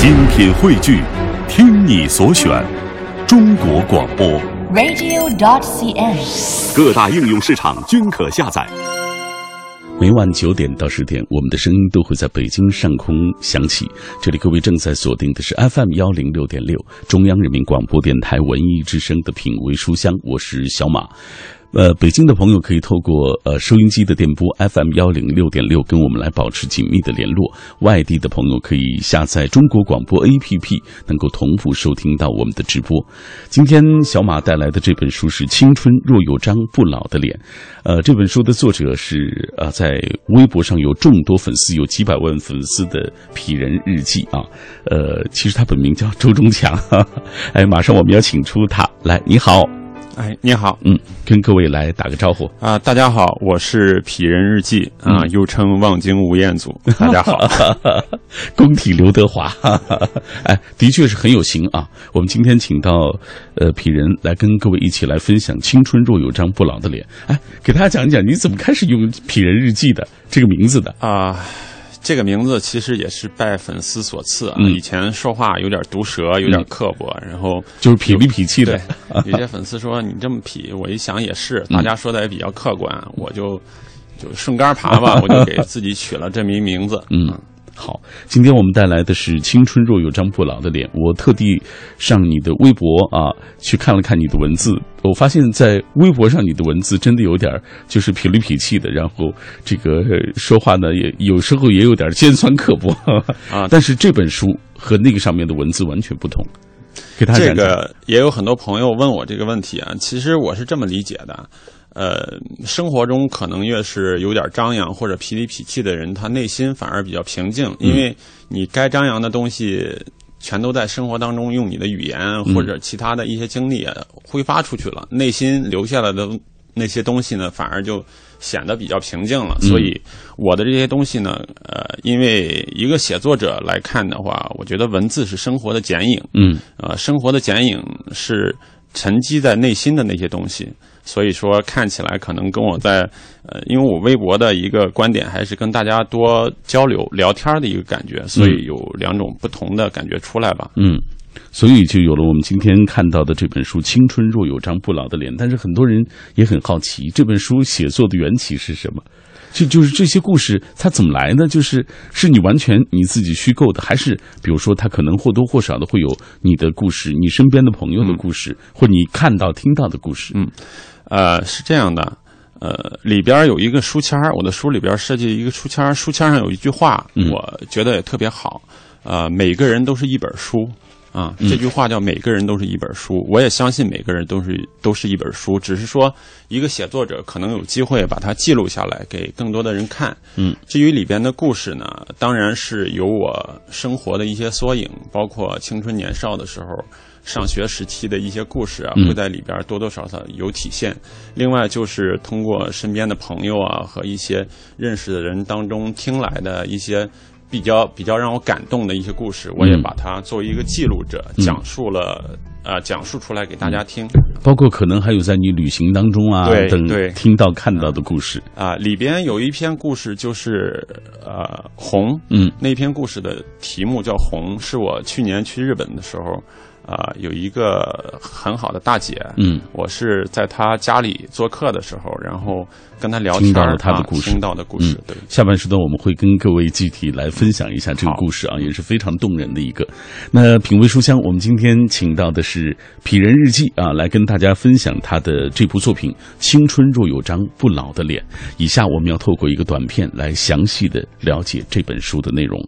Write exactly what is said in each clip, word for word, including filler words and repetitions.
精品汇聚，听你所选，中国广播 radio dot c n， 各大应用市场均可下载。每晚九点到十点，我们的声音都会在北京上空响起。这里各位正在锁定的是 F M 幺零六点六，中央人民广播电台文艺之声的品味书香，我是小马。呃，北京的朋友可以透过呃收音机的电波 F M 幺零六点六跟我们来保持紧密的联络。外地的朋友可以下载中国广播 A P P， 能够同步收听到我们的直播。今天小马带来的这本书是《青春若有张不老的脸》。呃，这本书的作者是呃在微博上有众多粉丝，有几百万粉丝的痞人日记啊。呃，其实他本名叫周中强。哈哈，哎，马上我们要请出他来，你好。 哎，你好， 嗯，跟各位来打个招呼啊、呃！大家好，我是痞人日记啊、呃嗯，又称望京吴彦祖。大家好， 工体刘德华，哎，的确是很有型啊！我们今天请到呃痞人来跟各位一起来分享《青春若有张不老的脸》。哎，给大家讲一讲你怎么开始用痞人日记的这个名字的啊？呃这个名字其实也是拜粉丝所赐啊。 嗯、 以前说话有点毒舌，有点刻薄，嗯、然后就是痞里痞气的。 对，有些粉丝说你这么痞，我一想也是，大家说的也比较客观，嗯、我就就顺杆爬吧，我就给自己取了这么一名字。 嗯。好，今天我们带来的是《青春若有张不老的脸》。我特地上你的微博啊，去看了看你的文字，我发现在微博上你的文字真的有点就是痞里痞气的，然后这个说话呢也有时候也有点尖酸刻薄啊。但是这本书和那个上面的文字完全不同，给大家讲讲。 这个也有很多朋友问我这个问题啊，其实我是这么理解的。呃，生活中可能越是有点张扬或者痞里痞气的人，他内心反而比较平静，因为你该张扬的东西全都在生活当中用你的语言或者其他的一些经历挥发出去了，内心留下来的那些东西呢，反而就显得比较平静了。所以我的这些东西呢，呃，因为一个写作者来看的话，我觉得文字是生活的剪影，嗯，呃，生活的剪影是沉积在内心的那些东西。所以说看起来可能跟我在呃，因为我微博的一个观点还是跟大家多交流聊天的一个感觉，所以有两种不同的感觉出来吧。 嗯，所以就有了我们今天看到的这本书《青春若有张不老的脸》。但是很多人也很好奇，这本书写作的缘起是什么？就就是这些故事它怎么来呢？就是是你完全你自己虚构的，还是比如说它可能或多或少的会有你的故事，你身边的朋友的故事，嗯、或你看到听到的故事？ 嗯，呃，是这样的，呃，里边有一个书签，我的书里边设计一个书签，书签上有一句话， 嗯、 我觉得也特别好，呃，每个人都是一本书。啊，这句话叫每个人都是一本书，我也相信每个人都是都是一本书，只是说一个写作者可能有机会把它记录下来给更多的人看。 嗯， 至于里边的故事呢，当然是有我生活的一些缩影，包括青春年少的时候上学时期的一些故事啊，会在里边多多少少有体现。另外就是通过身边的朋友啊和一些认识的人当中听来的一些比较比较让我感动的一些故事，我也把它作为一个记录者，嗯、讲述了呃讲述出来给大家听。 包括可能还有在你旅行当中啊等听到看到的故事啊、呃，里边有一篇故事就是呃红， 嗯， 那篇故事的题目叫红，是我去年去日本的时候。啊、呃，有一个很好的大姐， 嗯， 我是在她家里做客的时候，然后跟她聊天， 听到了她的故事， 啊、听到的故事。 嗯、 对， 下半时段我们会跟各位具体来分享一下这个故事啊，也是非常动人的一个。那品味书香，我们今天请到的是痞人日记啊，来跟大家分享他的这部作品《青春若有张不老的脸》。以下我们要透过一个短片来详细的了解这本书的内容。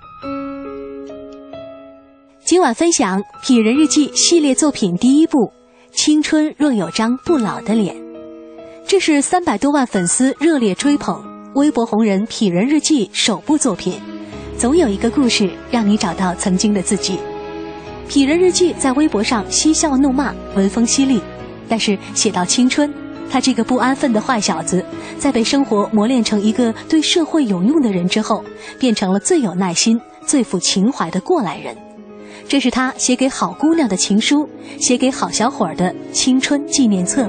今晚分享《痞人日记》系列作品第一部《青春若有张不老的脸》，这是三百多万粉丝热烈追捧微博红人痞人日记首部作品。总有一个故事让你找到曾经的自己。痞人日记在微博上嬉笑怒骂，文风犀利，但是写到青春，他这个不安分的坏小子，在被生活磨练成一个对社会有用的人之后，变成了最有耐心、最富情怀的过来人。这是他写给好姑娘的情书，写给好小伙的青春纪念册。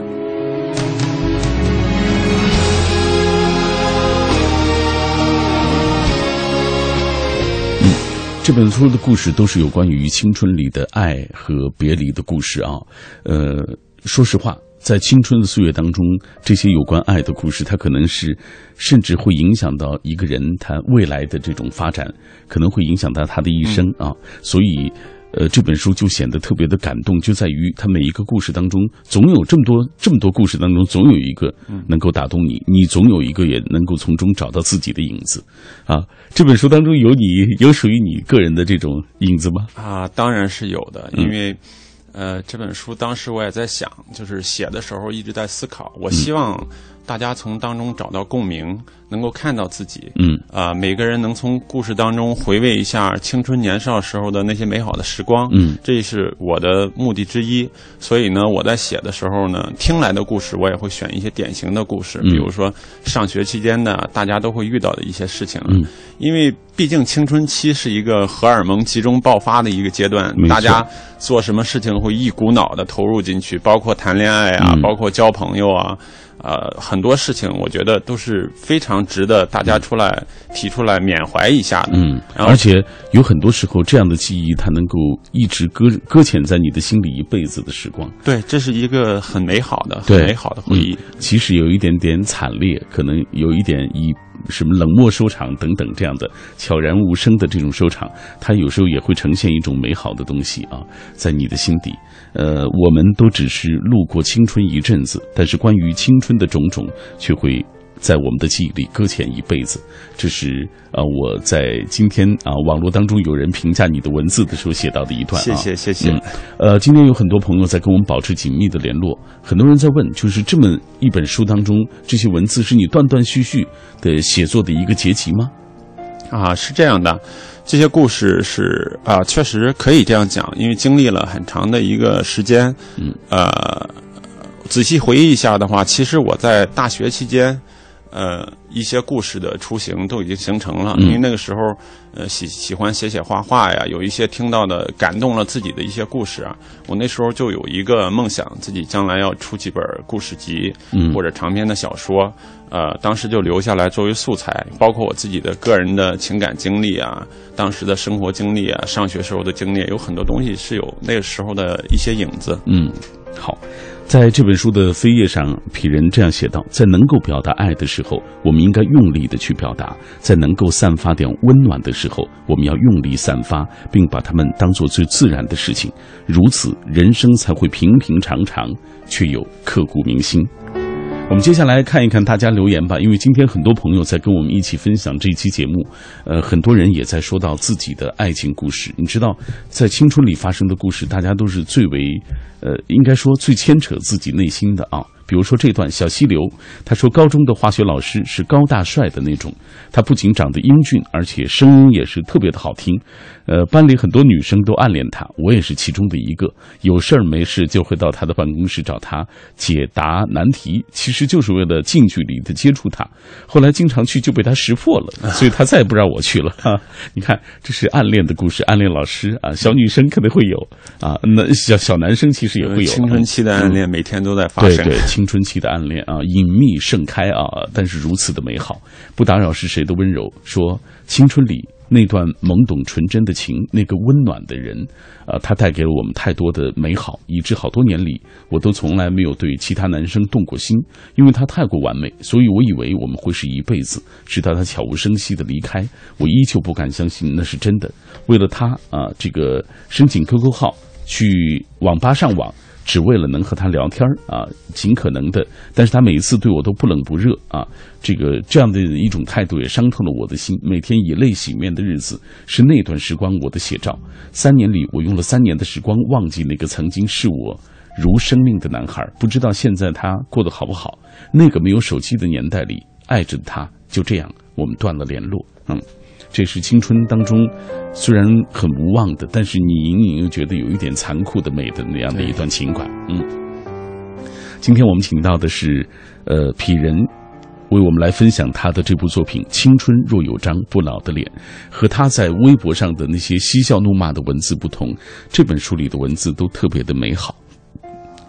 这本书的故事都是有关于青春里的爱和别离的故事啊。呃，说实话，在青春的岁月当中，这些有关爱的故事，它可能是甚至会影响到一个人他未来的这种发展，可能会影响到他的一生啊。所以呃，这本书就显得特别的感动，就在于它每一个故事当中，总有这么多这么多故事当中，总有一个能够打动你，你总有一个也能够从中找到自己的影子啊。这本书当中有你有属于你个人的这种影子吗？ 啊，当然是有的，因为、嗯、呃，这本书当时我也在想，就是写的时候一直在思考，我希望大家从当中找到共鸣，能够看到自己，嗯啊、呃，每个人能从故事当中回味一下青春年少时候的那些美好的时光，嗯，这是我的目的之一。所以呢，我在写的时候呢，听来的故事我也会选一些典型的故事，比如说上学期间的大家都会遇到的一些事情，嗯，因为毕竟青春期是一个荷尔蒙集中爆发的一个阶段，大家做什么事情会一股脑的投入进去，包括谈恋爱啊，嗯、包括交朋友啊。呃，很多事情我觉得都是非常值得大家出来提出来缅怀一下的。嗯， 而且有很多时候这样的记忆，它能够一直搁搁浅在你的心里一辈子的时光。 对，这是一个很美好的、很美好的回忆。 嗯、其实有一点点惨烈，可能有一点以什么冷漠收场等等这样的悄然无声的这种收场，它有时候也会呈现一种美好的东西啊，在你的心底。呃，我们都只是路过青春一阵子，但是关于青春的种种，却会在我们的记忆里搁浅一辈子。这是啊、呃，我在今天啊网络当中有人评价你的文字的时候写到的一段、啊。 谢谢谢谢、 嗯。呃，今天有很多朋友在跟我们保持紧密的联络，很多人在问，就是这么一本书当中，这些文字是你断断续续的写作的一个结集吗？ 啊，是这样的。这些故事是啊、呃，确实可以这样讲，因为经历了很长的一个时间。嗯，呃，仔细回忆一下的话，其实我在大学期间，呃，一些故事的雏形都已经形成了。嗯、因为那个时候，呃，喜喜欢写写画画呀，有一些听到的感动了自己的一些故事啊。我那时候就有一个梦想，自己将来要出几本故事集，嗯，或者长篇的小说。呃，当时就留下来作为素材，包括我自己的个人的情感经历啊，当时的生活经历啊，上学时候的经历，有很多东西是有那个时候的一些影子。 嗯，好，在这本书的扉页上，痞人这样写道：在能够表达爱的时候，我们应该用力的去表达；在能够散发点温暖的时候，我们要用力散发，并把它们当作最自然的事情。如此，人生才会平平常常，却又刻骨铭心。我们接下来看一看大家留言吧，因为今天很多朋友在跟我们一起分享这一期节目，呃，很多人也在说到自己的爱情故事。你知道，在青春里发生的故事，大家都是最为，呃，应该说最牵扯自己内心的啊。比如说这段，小溪流他说，高中的化学老师是高大帅的那种，他不仅长得英俊，而且声音也是特别的好听。呃，班里很多女生都暗恋他，我也是其中的一个。有事儿没事就会到他的办公室找他解答难题，其实就是为了近距离的接触他。后来经常去就被他识破了，所以他再也不让我去了。哈、啊，你看，这是暗恋的故事，暗恋老师啊，小女生可能会有啊，那小小男生其实也会有。 青春期的暗恋、嗯、每天都在发生。 对对。青春期的暗恋啊，隐秘盛开啊，但是如此的美好。不打扰是谁的温柔？说青春里那段懵懂纯真的情，那个温暖的人，啊，他带给了我们太多的美好，以致好多年里我都从来没有对其他男生动过心，因为他太过完美，所以我以为我们会是一辈子。直到他悄无声息的离开，我依旧不敢相信那是真的。为了他啊，这个申请 Q Q 号，去网吧上网。只为了能和他聊天啊，尽可能的，但是他每一次对我都不冷不热啊，这个这样的一种态度也伤透了我的心。每天以泪洗面的日子，是那段时光我的写照。三年里，我用了三年的时光忘记那个曾经视我如生命的男孩，不知道现在他过得好不好。那个没有手机的年代里，爱着他，就这样，我们断了联络。嗯。这是青春当中虽然很无望的，但是你隐隐又觉得有一点残酷的美的那样的一段情感。嗯，今天我们请到的是呃痞人，为我们来分享他的这部作品《青春若有张不老的脸》。和他在微博上的那些嬉笑怒骂的文字不同，这本书里的文字都特别的美好。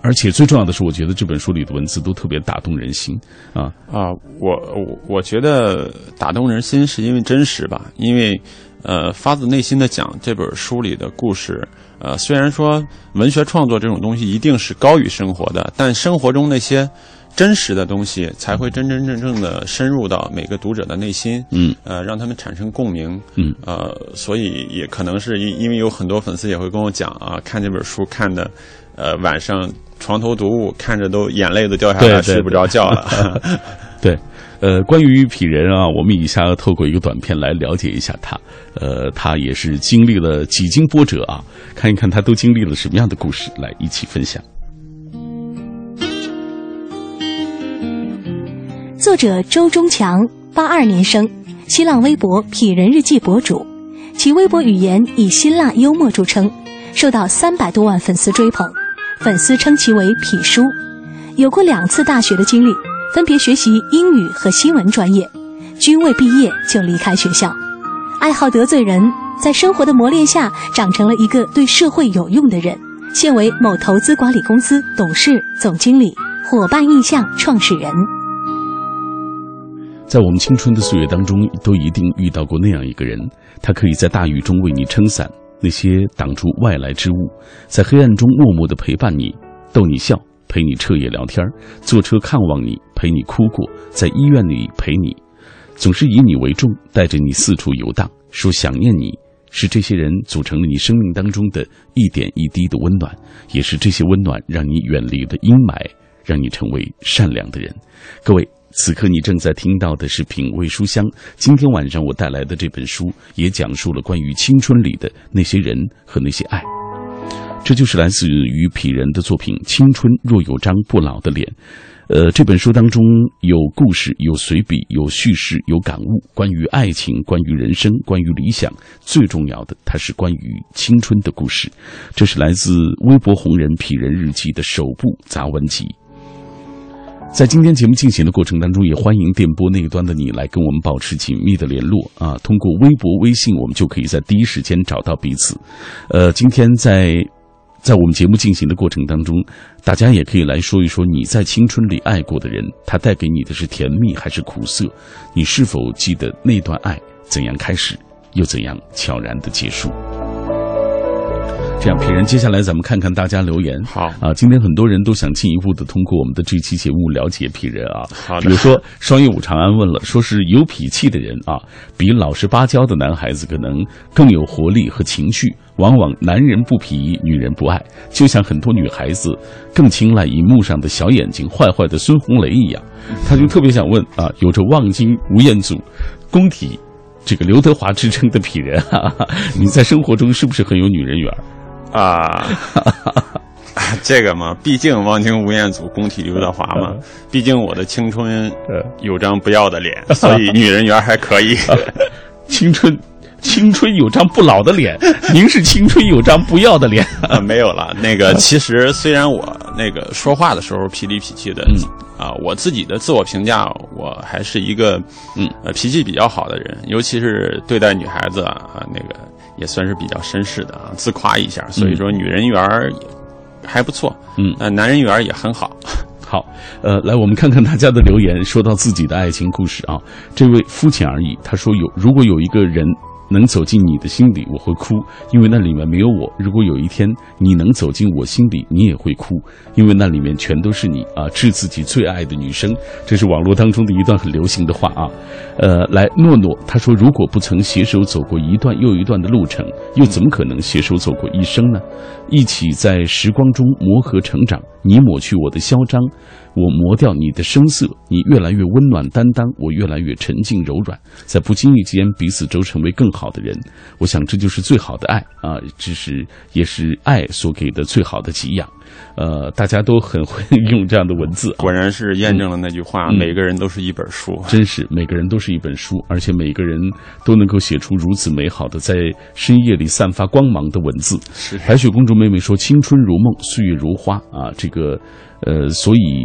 而且最重要的是，我觉得这本书里的文字都特别打动人心啊啊！我我我觉得打动人心是因为真实吧，因为呃发自内心的讲这本书里的故事。呃，虽然说文学创作这种东西一定是高于生活的，但生活中那些真实的东西才会真真正正的深入到每个读者的内心， 嗯， 呃，让他们产生共鸣， 嗯， 呃，所以也可能是因因为有很多粉丝也会跟我讲啊，看这本书看的，呃，晚上床头读物，看着都眼泪都掉下来，睡不着觉了。 对，呃，关于痞人啊，我们以下要透过一个短片来了解一下他。呃，他也是经历了几经波折啊，看一看他都经历了什么样的故事，来一起分享。 作者周中强，八二年生，新浪微博痞人日记博主，其微博语言以辛辣幽默著称，受到三百多万粉丝追捧，粉丝称其为痞叔。有过两次大学的经历，分别学习英语和新闻专业，均未毕业就离开学校。爱好得罪人，在生活的磨练下长成了一个对社会有用的人，现为某投资管理公司董事、总经理，伙伴印象创始人。 在我们青春的岁月当中，都一定遇到过那样一个人，他可以在大雨中为你撑伞，那些挡住外来之物，在黑暗中默默地陪伴你，逗你笑，陪你彻夜聊天，坐车看望你，陪你哭过，在医院里陪你，总是以你为重，带着你四处游荡，说想念你。是这些人组成了你生命当中的一点一滴的温暖，也是这些温暖让你远离了阴霾，让你成为善良的人。各位，此刻你正在听到的是品味书香，今天晚上我带来的这本书也讲述了关于青春里的那些人和那些爱。这就是来自于痞人的作品《青春若有张不老的脸》。呃，这本书当中有故事，有随笔，有叙事，有感悟，关于爱情，关于人生，关于理想，最重要的，它是关于青春的故事。这是来自微博红人痞人日记的首部杂文集。在今天节目进行的过程当中，也欢迎电波那一端的你来跟我们保持紧密的联络啊！通过微博、微信，我们就可以在第一时间找到彼此。呃，今天在在我们节目进行的过程当中，大家也可以来说一说你在青春里爱过的人，他带给你的是甜蜜还是苦涩？你是否记得那段爱怎样开始，又怎样悄然的结束？这样，痞人，接下来咱们看看大家留言。 好啊，今天很多人都想进一步的通过我们的这期节目了解痞人啊。 好的。 比如说，双叶武长安问了，说是有痞气的人啊，比老实巴交的男孩子可能更有活力和情绪。往往男人不痞，女人不爱，就像很多女孩子更青睐荧幕上的小眼睛、坏坏的孙红雷一样。他就特别想问啊，有着望京吴彦祖、工体这个刘德华之称的痞人啊，你在生活中是不是很有女人缘啊？这个嘛，毕竟望京吴彦祖，工体刘德华嘛，毕竟我的青春有张不要的脸，所以女人缘还可以。 青春。青春有张不老的脸，您是青春有张不要的脸啊？没有了。那个其实虽然我那个说话的时候痞里痞气的，嗯啊，我自己的自我评价，我还是一个嗯呃脾气比较好的人，尤其是对待女孩子啊，那个也算是比较绅士的啊，自夸一下。所以说女人缘也还不错，嗯，呃，男人缘也很好。 好，呃，来我们看看大家的留言。说到自己的爱情故事啊，这位肤浅而已，他说有如果有一个人能走进你的心里，我会哭，因为那里面没有我。如果有一天你能走进我心里，你也会哭，因为那里面全都是你啊，致自己最爱的女生。这是网络当中的一段很流行的话啊。呃，来诺诺，他说如果不曾携手走过一段又一段的路程，又怎么可能携手走过一生呢？一起在时光中磨合成长，你抹去我的嚣张，我磨掉你的声色，你越来越温暖担当，我越来越沉静柔软，在不经意间彼此都成为更好的人。我想这就是最好的爱啊，这是也是爱所给的最好的给养。呃，大家都很会用这样的文字， 果然是验证了那句话，嗯、每个人都是一本书。 真是每个人都是一本书，而且每个人都能够写出如此美好的在深夜里散发光芒的文字。 是。 白雪公主妹妹说青春如梦，岁月如花啊，这个呃，所以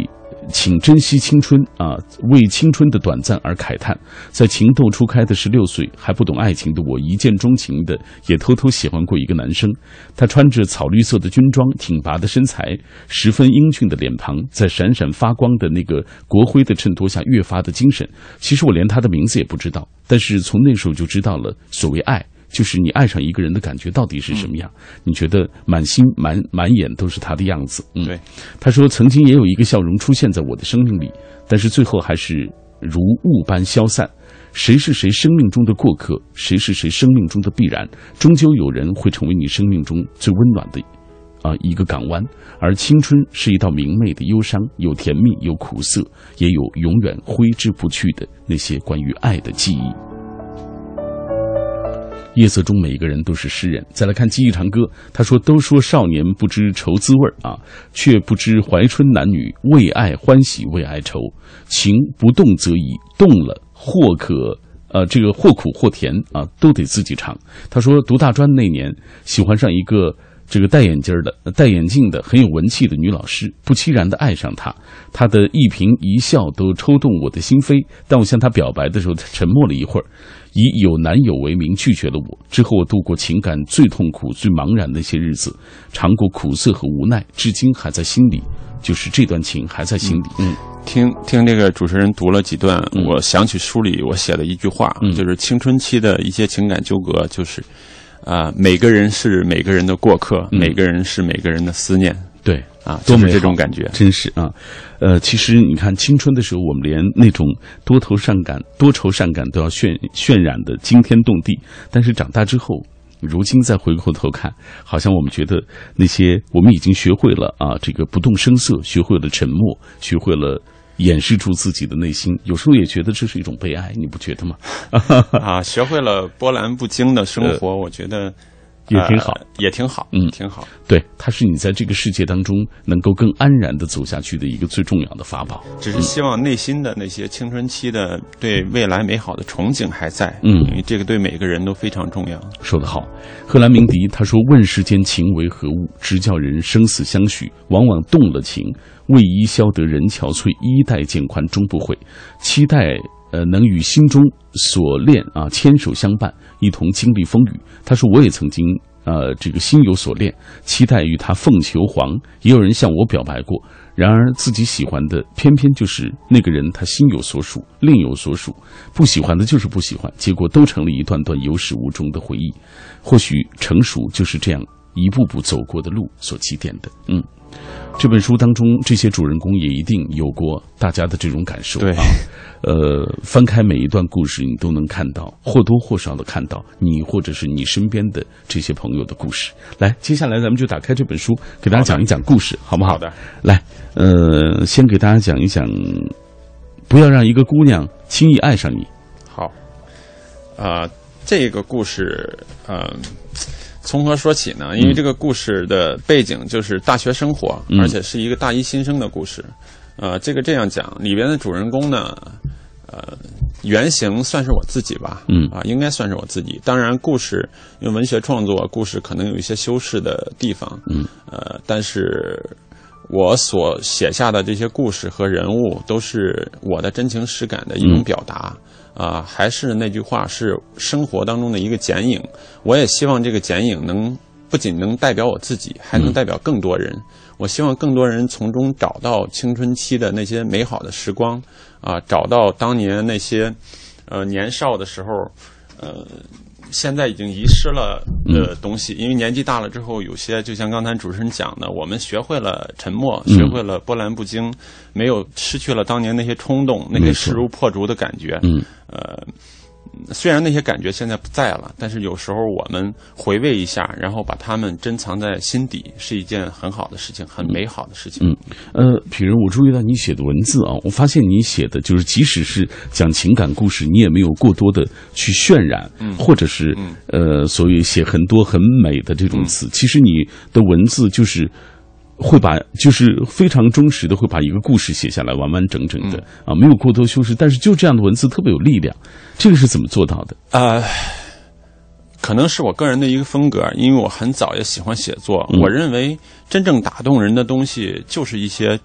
请珍惜青春啊，为青春的短暂而慨叹。在情窦初开的十六岁还不懂爱情的我，一见钟情的也偷偷喜欢过一个男生。他穿着草绿色的军装，挺拔的身材，十分英俊的脸庞，在闪闪发光的那个国徽的衬托下越发的精神。其实我连他的名字也不知道，但是从那时候就知道了所谓爱，就是你爱上一个人的感觉到底是什么样？嗯、你觉得满心满满眼都是他的样子？嗯， 对。 他说，曾经也有一个笑容出现在我的生命里，但是最后还是如雾般消散。谁是谁生命中的过客，谁是谁生命中的必然，终究有人会成为你生命中最温暖的啊一个港湾。而青春是一道明媚的忧伤，有甜蜜，有苦涩，也有永远挥之不去的那些关于爱的记忆。夜色中每一个人都是诗人。再来看记忆长歌，他说，都说少年不知愁滋味啊，却不知怀春男女为爱欢喜为爱愁，情不动则已，动了或可呃这个或苦或甜啊都得自己尝。他说读大专那年喜欢上一个这个戴眼镜的戴眼镜的很有文气的女老师，不期然的爱上她，她的一颦一笑都抽动我的心扉。当我向她表白的时候，她沉默了一会儿，以有男友为名拒绝了我。之后我度过情感最痛苦最茫然的一些日子，尝过苦涩和无奈，至今还在心里，就是这段情还在心里。嗯， 听听这个主持人读了几段，嗯、我想起书里我写的一句话，嗯、就是青春期的一些情感纠葛，就是啊、呃，每个人是每个人的过客，嗯、每个人是每个人的思念。 对啊，就是这种感觉， 真是啊，呃，其实你看青春的时候，我们连那种多愁善感、多愁善感都要渲渲染的惊天动地，但是长大之后，如今再回过头看，好像我们觉得那些我们已经学会了啊，这个不动声色，学会了沉默，学会了掩饰住自己的内心，有时候也觉得这是一种悲哀，你不觉得吗？ 啊，学会了波澜不惊的生活，呃、我觉得。 也挺好、呃， 也挺好，嗯，挺好。 对，它是你在这个世界当中能够更安然的走下去的一个最重要的法宝。 只是希望内心的那些青春期的对未来美好的憧憬还在，嗯，因为这个对每个人都非常重要。 说得好，荷兰鸣笛他说：“问世间情为何物，直叫人生死相许。往往动了情，为伊消得人憔悴。衣带渐宽终不悔，期待。”呃，能与心中所恋啊牵手相伴，一同经历风雨。他说，我也曾经呃这个心有所恋，期待与他凤求凰。也有人向我表白过，然而自己喜欢的偏偏就是那个人，他心有所属，另有所属，不喜欢的就是不喜欢，结果都成了一段段有始无终的回忆。或许成熟就是这样一步步走过的路所积淀的。嗯。这本书当中，这些主人公也一定有过大家的这种感受。 对， 啊，呃，翻开每一段故事，你都能看到，或多或少的看到你或者是你身边的这些朋友的故事。来，接下来咱们就打开这本书，给大家讲一讲故事，好不好？ 好的。 来，呃，先给大家讲一讲，不要让一个姑娘轻易爱上你。 好，啊、呃，这个故事，呃。从何说起呢？因为这个故事的背景就是大学生活，嗯、而且是一个大一新生的故事。呃，这个这样讲，里边的主人公呢，呃，原型算是我自己吧，嗯啊，应该算是我自己。当然，故事因为文学创作，故事可能有一些修饰的地方，嗯，呃，但是我所写下的这些故事和人物，都是我的真情实感的一种表达。嗯啊、呃，还是那句话，是生活当中的一个剪影。我也希望这个剪影能不仅能代表我自己，还能代表更多人。嗯、我希望更多人从中找到青春期的那些美好的时光，啊、呃，找到当年那些呃年少的时候，呃。现在已经遗失了的东西，因为年纪大了之后，有些就像刚才主持人讲的，我们学会了沉默，学会了波澜不惊，没有失去了当年那些冲动，那些势如破竹的感觉。嗯，呃，虽然那些感觉现在不在了，但是有时候我们回味一下，然后把它们珍藏在心底，是一件很好的事情，很美好的事情。嗯， 呃，痞人，我注意到你写的文字啊，我发现你写的就是，即使是讲情感故事，你也没有过多的去渲染，嗯、或者是、嗯、呃，所谓写很多很美的这种词。嗯、其实你的文字就是会把，就是非常忠实的会把一个故事写下来，完完整整的、嗯、啊，没有过多修饰，但是就这样的文字特别有力量。这个是怎么做到的？ 呃，可能是我个人的一个风格，因为我很早也喜欢写作。嗯、我认为真正打动人的东西，就是一些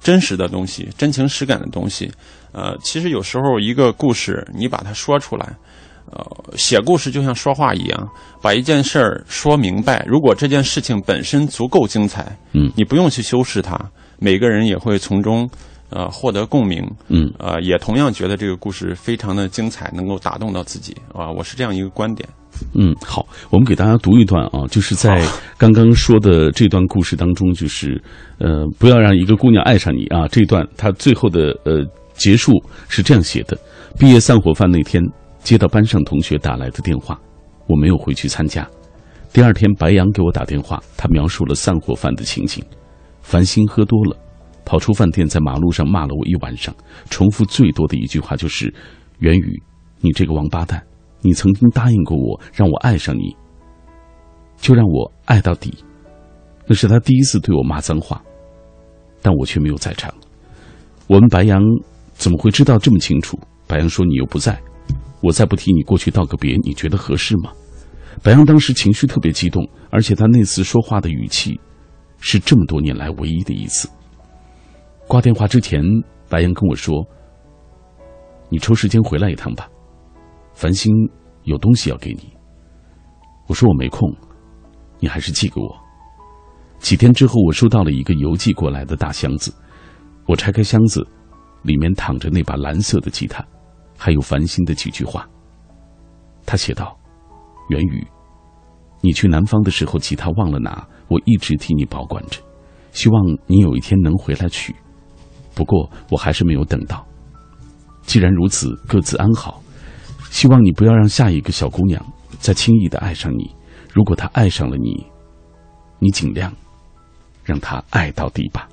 真实的东西，真情实感的东西。呃，其实有时候一个故事你把它说出来，呃，写故事就像说话一样，把一件事儿说明白。如果这件事情本身足够精彩， 嗯， 你不用去修饰它，每个人也会从中呃获得共鸣， 嗯， 呃，也同样觉得这个故事非常的精彩，能够打动到自己啊，我是这样一个观点。 嗯，好，我们给大家读一段啊，就是在刚刚说的这段故事当中，就是呃，不要让一个姑娘爱上你啊。这段他最后的呃结束是这样写的：毕业散伙饭那天，接到班上同学打来的电话，我没有回去参加。第二天，白杨给我打电话，他描述了散伙饭的情景。繁星喝多了，跑出饭店，在马路上骂了我一晚上，重复最多的一句话就是：“元宇，你这个王八蛋。”你曾经答应过我，让我爱上你，就让我爱到底。那是他第一次对我骂脏话，但我却没有在场。我问白杨怎么会知道这么清楚？白杨说你又不在，我再不提你过去道个别，你觉得合适吗？白杨当时情绪特别激动，而且他那次说话的语气是这么多年来唯一的一次。挂电话之前，白杨跟我说：“你抽时间回来一趟吧。”繁星有东西要给你。我说我没空，你还是寄给我。几天之后，我收到了一个邮寄过来的大箱子，我拆开箱子，里面躺着那把蓝色的吉他，还有繁星的几句话。他写道：元宇，你去南方的时候吉他忘了拿，我一直替你保管着，希望你有一天能回来取，不过我还是没有等到。既然如此，各自安好，希望你不要让下一个小姑娘再轻易的爱上你，如果她爱上了你，你尽量让她爱到底吧。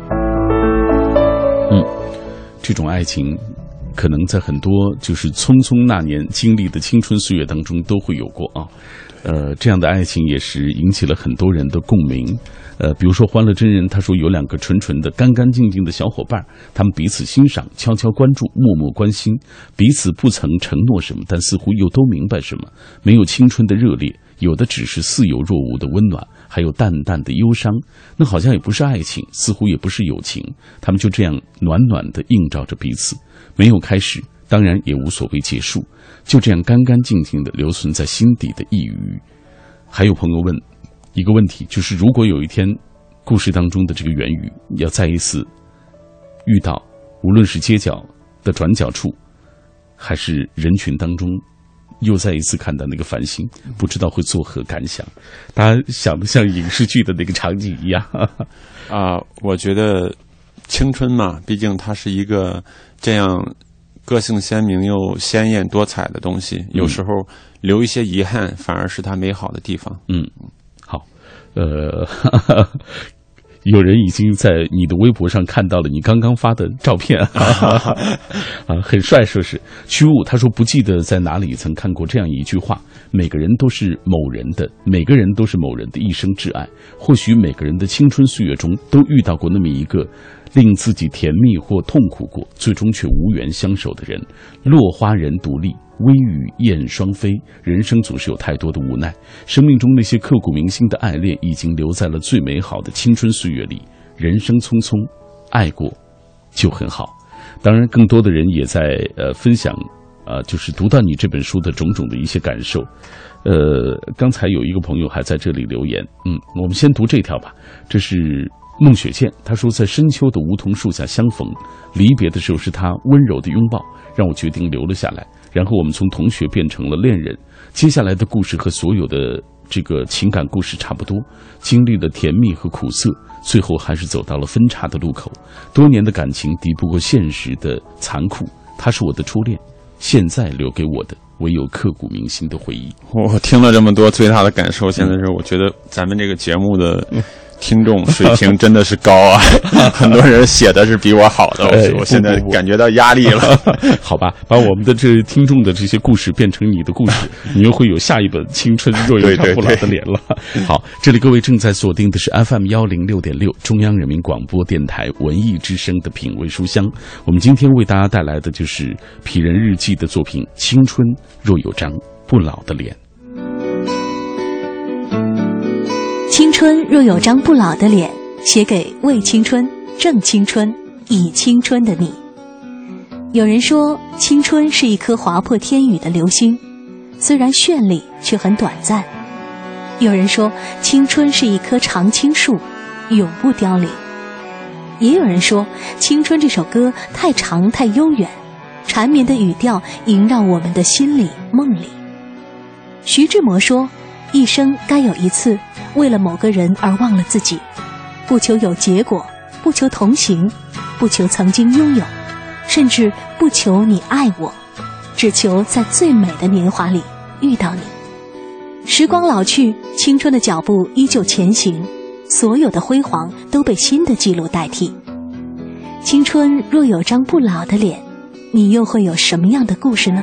嗯，这种爱情可能在很多就是匆匆那年经历的青春岁月当中都会有过啊。呃，这样的爱情也是引起了很多人的共鸣。呃，比如说欢乐真人，他说有两个纯纯的、干干净净的小伙伴，他们彼此欣赏、悄悄关注、默默关心，彼此不曾承诺什么，但似乎又都明白什么。没有青春的热烈，有的只是似有若无的温暖，还有淡淡的忧伤。那好像也不是爱情，似乎也不是友情，他们就这样暖暖地映照着彼此，没有开始，当然也无所谓结束，就这样干干净净地留存在心底的一隅。还有朋友问一个问题，就是如果有一天故事当中的这个元宇要再一次遇到，无论是街角的转角处还是人群当中，又再一次看到那个繁星，不知道会作何感想。大家想得像影视剧的那个场景一样啊、呃，我觉得青春嘛，毕竟它是一个这样个性鲜明又鲜艳多彩的东西，有时候留一些遗憾反而是它美好的地方。 嗯，好，呃有人已经在你的微博上看到了你刚刚发的照片啊，很帅，说是虚无。他说不记得在哪里曾看过这样一句话：每个人都是某人的，每个人都是某人的一生挚爱。或许每个人的青春岁月中都遇到过那么一个令自己甜蜜或痛苦过，最终却无缘相守的人。落花人独立，微雨燕双飞，人生总是有太多的无奈。生命中那些刻骨铭心的爱恋，已经留在了最美好的青春岁月里。人生匆匆，爱过就很好。当然，更多的人也在呃分享，呃，就是读到你这本书的种种的一些感受。呃，刚才有一个朋友还在这里留言，嗯，我们先读这条吧。这是孟雪倩，她说在深秋的梧桐树下相逢，离别的时候是她温柔的拥抱，让我决定留了下来。然后我们从同学变成了恋人，接下来的故事和所有的这个情感故事差不多，经历了甜蜜和苦涩，最后还是走到了分岔的路口。多年的感情敌不过现实的残酷，他是我的初恋，现在留给我的唯有刻骨铭心的回忆。 我听了这么多，最大的感受现在是，我觉得咱们这个节目的听众水平真的是高啊！很多人写的是比我好的， 哎、 我现在感觉到压力了。 好吧，把我们的这听众的这些故事变成你的故事，你又会有下一本《青春若有张不老的脸》了。对对对，好，这里各位正在锁定的是 F M 幺零六点六中央人民广播电台文艺之声的品味书香。我们今天为大家带来的就是痞人日记的作品《青春若有张不老的脸》。 青春若有张不老的脸，写给为青春正青春。 忆青春的你。有人说，青春是一颗划破天宇的流星，虽然绚丽，却很短暂。有人说，青春是一棵常青树，永不凋零。也有人说，青春这首歌太长太悠远，缠绵的语调萦绕我们的心里梦里。徐志摩说，一生该有一次为了某个人而忘了自己，不求有结果，不求同行，不求曾经拥有，甚至不求你爱我，只求在最美的年华里遇到你。时光老去，青春的脚步依旧前行，所有的辉煌都被新的记录代替。青春若有张不老的脸，你又会有什么样的故事呢？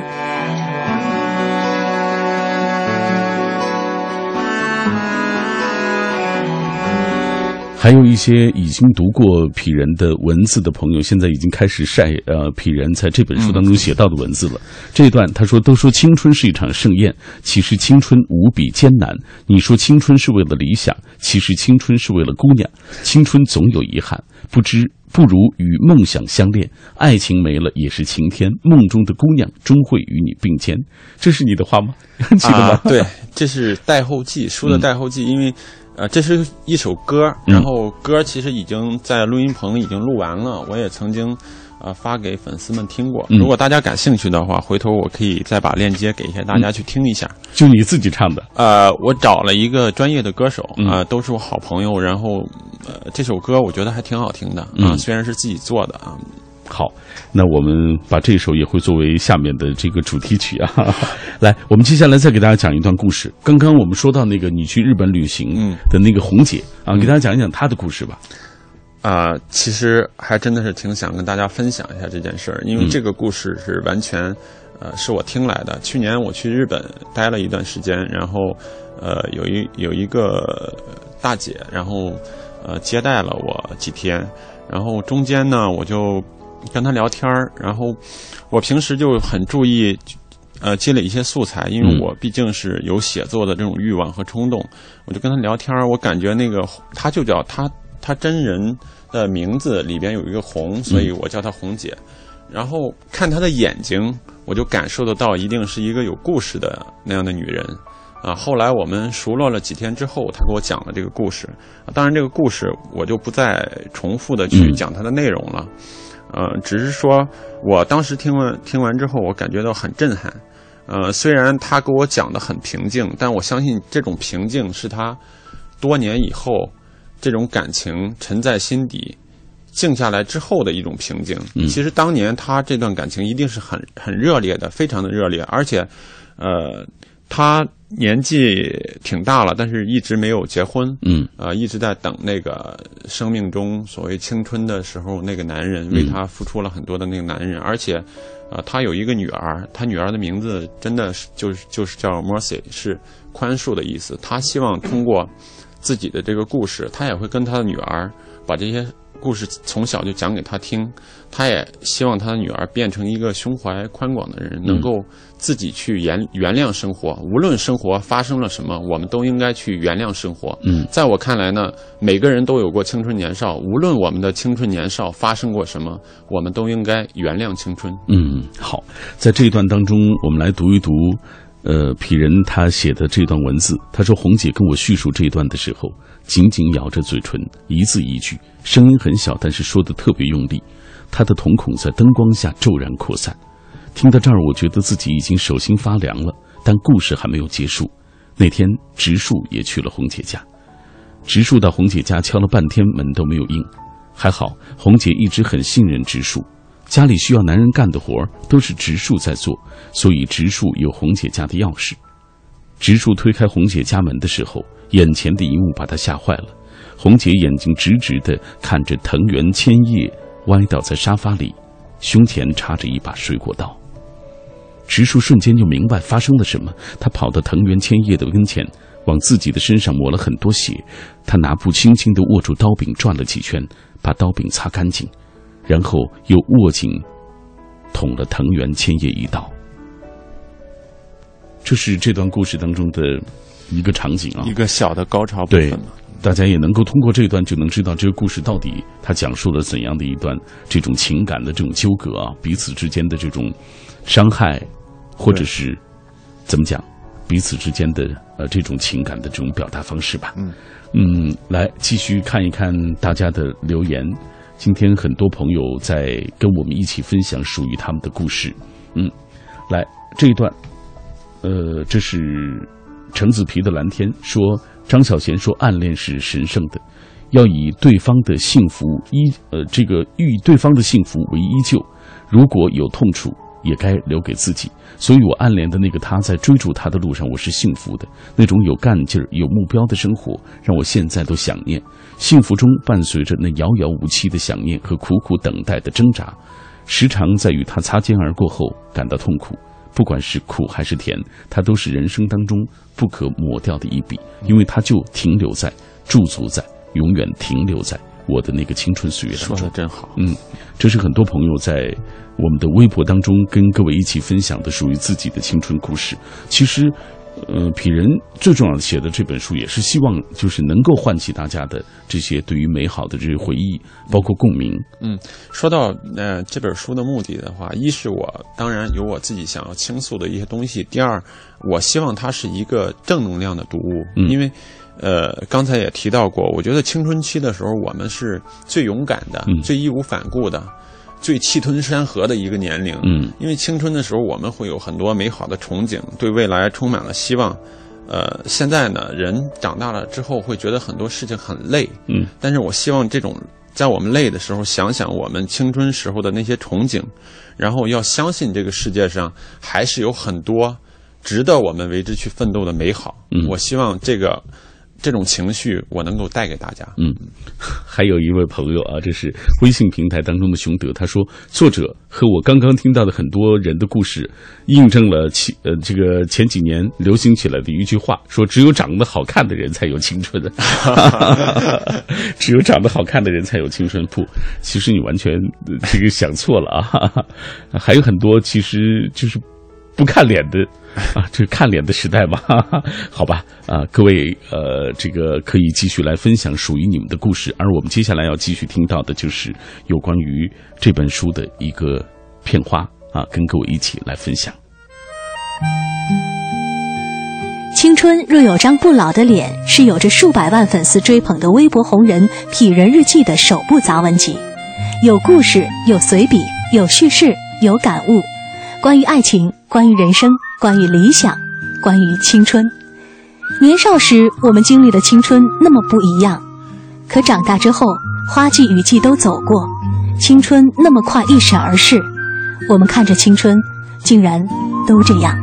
还有一些已经读过痞人的文字的朋友，现在已经开始晒呃痞人在这本书当中写到的文字了。这一段他说，都说青春是一场盛宴，其实青春无比艰难。你说青春是为了理想，其实青春是为了姑娘。青春总有遗憾，不知不如与梦想相恋。爱情没了也是晴天，梦中的姑娘终会与你并肩。这是你的话吗？记得吗？ 啊，对，这是带后记，书的带后记，嗯、因为。呃，这是一首歌，然后歌其实已经在录音棚已经录完了，我也曾经呃发给粉丝们听过。如果大家感兴趣的话，回头我可以再把链接给一下大家去听一下。 就你自己唱的？呃， 我找了一个专业的歌手，啊、呃，都是我好朋友。然后，呃，这首歌我觉得还挺好听的啊、呃，虽然是自己做的啊。 好，那我们把这首也会作为下面的这个主题曲啊。来，我们接下来再给大家讲一段故事。刚刚我们说到那个你去日本旅行的那个红姐、嗯、啊，给大家讲一讲她的故事吧。 啊、呃，其实还真的是挺想跟大家分享一下这件事儿，因为这个故事是完全呃是我听来的。去年我去日本待了一段时间，然后呃有一有一个大姐，然后呃接待了我几天，然后中间呢我就跟他聊天，然后我平时就很注意呃积累一些素材，因为我毕竟是有写作的这种欲望和冲动，我就跟他聊天，我感觉那个他就叫他他真人的名字里边有一个红，所以我叫她红姐。然后看她的眼睛，我就感受得到一定是一个有故事的那样的女人啊。后来我们熟络了几天之后，她给我讲了这个故事、啊、当然这个故事我就不再重复的去讲它的内容了，呃，只是说我当时听完听完之后，我感觉到很震撼。呃，虽然他给我讲的很平静，但我相信这种平静是他多年以后这种感情沉在心底静下来之后的一种平静。嗯、其实当年他这段感情一定是很很热烈的，非常的热烈，而且呃他年纪挺大了，但是一直没有结婚，嗯，呃，一直在等那个生命中所谓青春的时候那个男人，为他付出了很多的那个男人，嗯、而且，呃，他有一个女儿，他女儿的名字真的是就是就是叫 Mercy， 是宽恕的意思。他希望通过自己的这个故事，他也会跟他的女儿把这些故事从小就讲给他听，他也希望他的女儿变成一个胸怀宽广的人，能够自己去原原谅生活，无论生活发生了什么，我们都应该去原谅生活。嗯，在我看来呢，每个人都有过青春年少，无论我们的青春年少发生过什么，我们都应该原谅青春。 嗯，好，在这一段当中，我们来读一读呃，痞人他写的这段文字。他说，红姐跟我叙述这一段的时候，紧紧咬着嘴唇，一字一句，声音很小，但是说得特别用力。她的瞳孔在灯光下骤然扩散。听到这儿，我觉得自己已经手心发凉了，但故事还没有结束。那天植树也去了红姐家，植树到红姐家敲了半天门都没有应，还好红姐一直很信任植树，家里需要男人干的活都是植树在做，所以植树有红姐家的钥匙。植树推开红姐家门的时候，眼前的一幕把她吓坏了。红姐眼睛直直地看着藤原千叶歪倒在沙发里，胸前插着一把水果刀。植树瞬间就明白发生了什么，他跑到藤原千叶的跟前，往自己的身上抹了很多血。他拿布轻轻地握住刀柄，转了几圈，把刀柄擦干净，然后又握紧捅了藤原千叶一刀。这是这段故事当中的一个场景啊， 一个小的高潮部分嘛。 大家也能够通过这段就能知道这个故事到底它讲述了怎样的一段这种情感的这种纠葛啊，彼此之间的这种伤害，或者是怎么讲，彼此之间的呃这种情感的这种表达方式吧。嗯嗯，来继续看一看大家的留言。今天很多朋友在跟我们一起分享属于他们的故事。嗯，来这一段，呃，这是橙子皮的蓝天说，张小娴说暗恋是神圣的，要以对方的幸福依呃这个以对方的幸福为依旧，如果有痛楚也该留给自己。所以我暗恋的那个他，在追逐他的路上我是幸福的，那种有干劲儿有目标的生活让我现在都想念。幸福中伴随着那遥遥无期的想念和苦苦等待的挣扎，时常在与他擦肩而过后感到痛苦，不管是苦还是甜，它都是人生当中不可抹掉的一笔，因为它就停留在驻足在永远停留在我的那个青春岁月当中。 说得真好。 嗯，这是很多朋友在我们的微博当中跟各位一起分享的属于自己的青春故事。其实呃，痞人最重要的写的这本书也是希望就是能够唤起大家的这些对于美好的这些回忆，包括共鸣。 嗯，说到呃这本书的目的的话，一是我当然有我自己想要倾诉的一些东西，第二我希望它是一个正能量的读物。嗯，因为呃刚才也提到过，我觉得青春期的时候我们是最勇敢的、嗯、最义无反顾的，最气吞山河的一个年龄。嗯，因为青春的时候我们会有很多美好的憧憬，对未来充满了希望。呃，现在呢，人长大了之后会觉得很多事情很累。嗯，但是我希望这种在我们累的时候，想想我们青春时候的那些憧憬，然后要相信这个世界上还是有很多值得我们为之去奋斗的美好。嗯，我希望这个这种情绪我能够带给大家。 嗯，还有一位朋友啊，这是微信平台当中的熊德，他说作者和我刚刚听到的很多人的故事印证了其呃这个前几年流行起来的一句话，说只有长得好看的人才有青春的只有长得好看的人才有青春。不，其实你完全这个想错了啊还有很多其实就是不看脸的啊，这看脸的时代嘛，好吧啊，各位呃，这个可以继续来分享属于你们的故事，而我们接下来要继续听到的就是有关于这本书的一个片花啊，跟各位一起来分享。 青春若有张不老的脸是有着数百万粉丝追捧的微博红人痞人日记的首部杂文集，有故事，有随笔，有叙事，有感悟，关于爱情，关于人生，关于理想，关于青春。年少时我们经历的青春那么不一样，可长大之后花季雨季都走过，青春那么快一闪而逝，我们看着青春竟然都这样。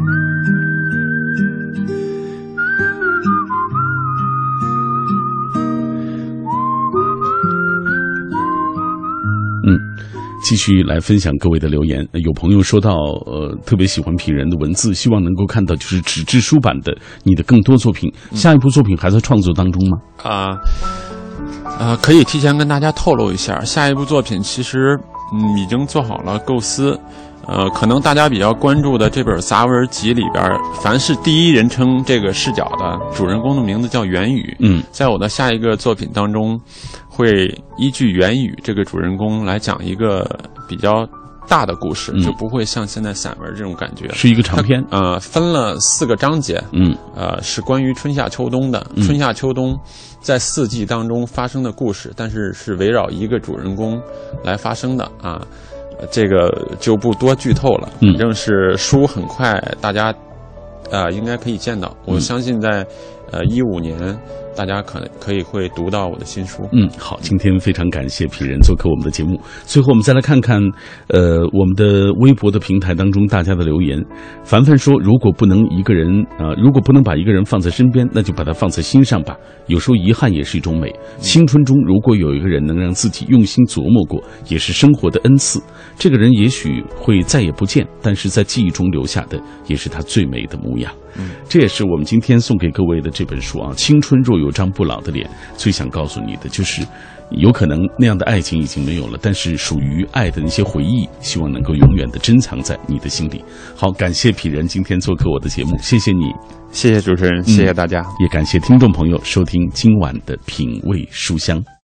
嗯，继续来分享各位的留言。有朋友说到呃，特别喜欢痞人的文字，希望能够看到就是纸质书版的你的更多作品。下一部作品还在创作当中吗？ 啊、呃呃，可以提前跟大家透露一下，下一部作品其实嗯已经做好了构思。呃，可能大家比较关注的这本杂文集里边，凡是第一人称这个视角的主人公的名字叫元宇。嗯，在我的下一个作品当中，会依据元宇这个主人公来讲一个比较大的故事，嗯、就不会像现在散文这种感觉。 是一个长篇， 呃，分了四个章节。嗯，呃，是关于春夏秋冬的，嗯、春夏秋冬在四季当中发生的故事，但是是围绕一个主人公来发生的啊。这个就不多剧透了，反正是书很快大家呃应该可以见到，我相信在呃一五年大家可能可以会读到我的新书。 嗯，好，今天非常感谢痞人做客我们的节目。最后我们再来看看呃我们的微博的平台当中大家的留言。凡凡说，如果不能一个人啊、呃，如果不能把一个人放在身边，那就把他放在心上吧。有时候遗憾也是一种美。青春中如果有一个人能让自己用心琢磨过，也是生活的恩赐。这个人也许会再也不见，但是在记忆中留下的也是他最美的模样。嗯，这也是我们今天送给各位的这本书啊，青春若有张不老的脸，最想告诉你的就是，有可能那样的爱情已经没有了，但是属于爱的那些回忆，希望能够永远的珍藏在你的心里。好，感谢痞人今天做客我的节目，谢谢你， 谢谢主持人，谢谢大家， 嗯、也感谢听众朋友收听今晚的品味书香。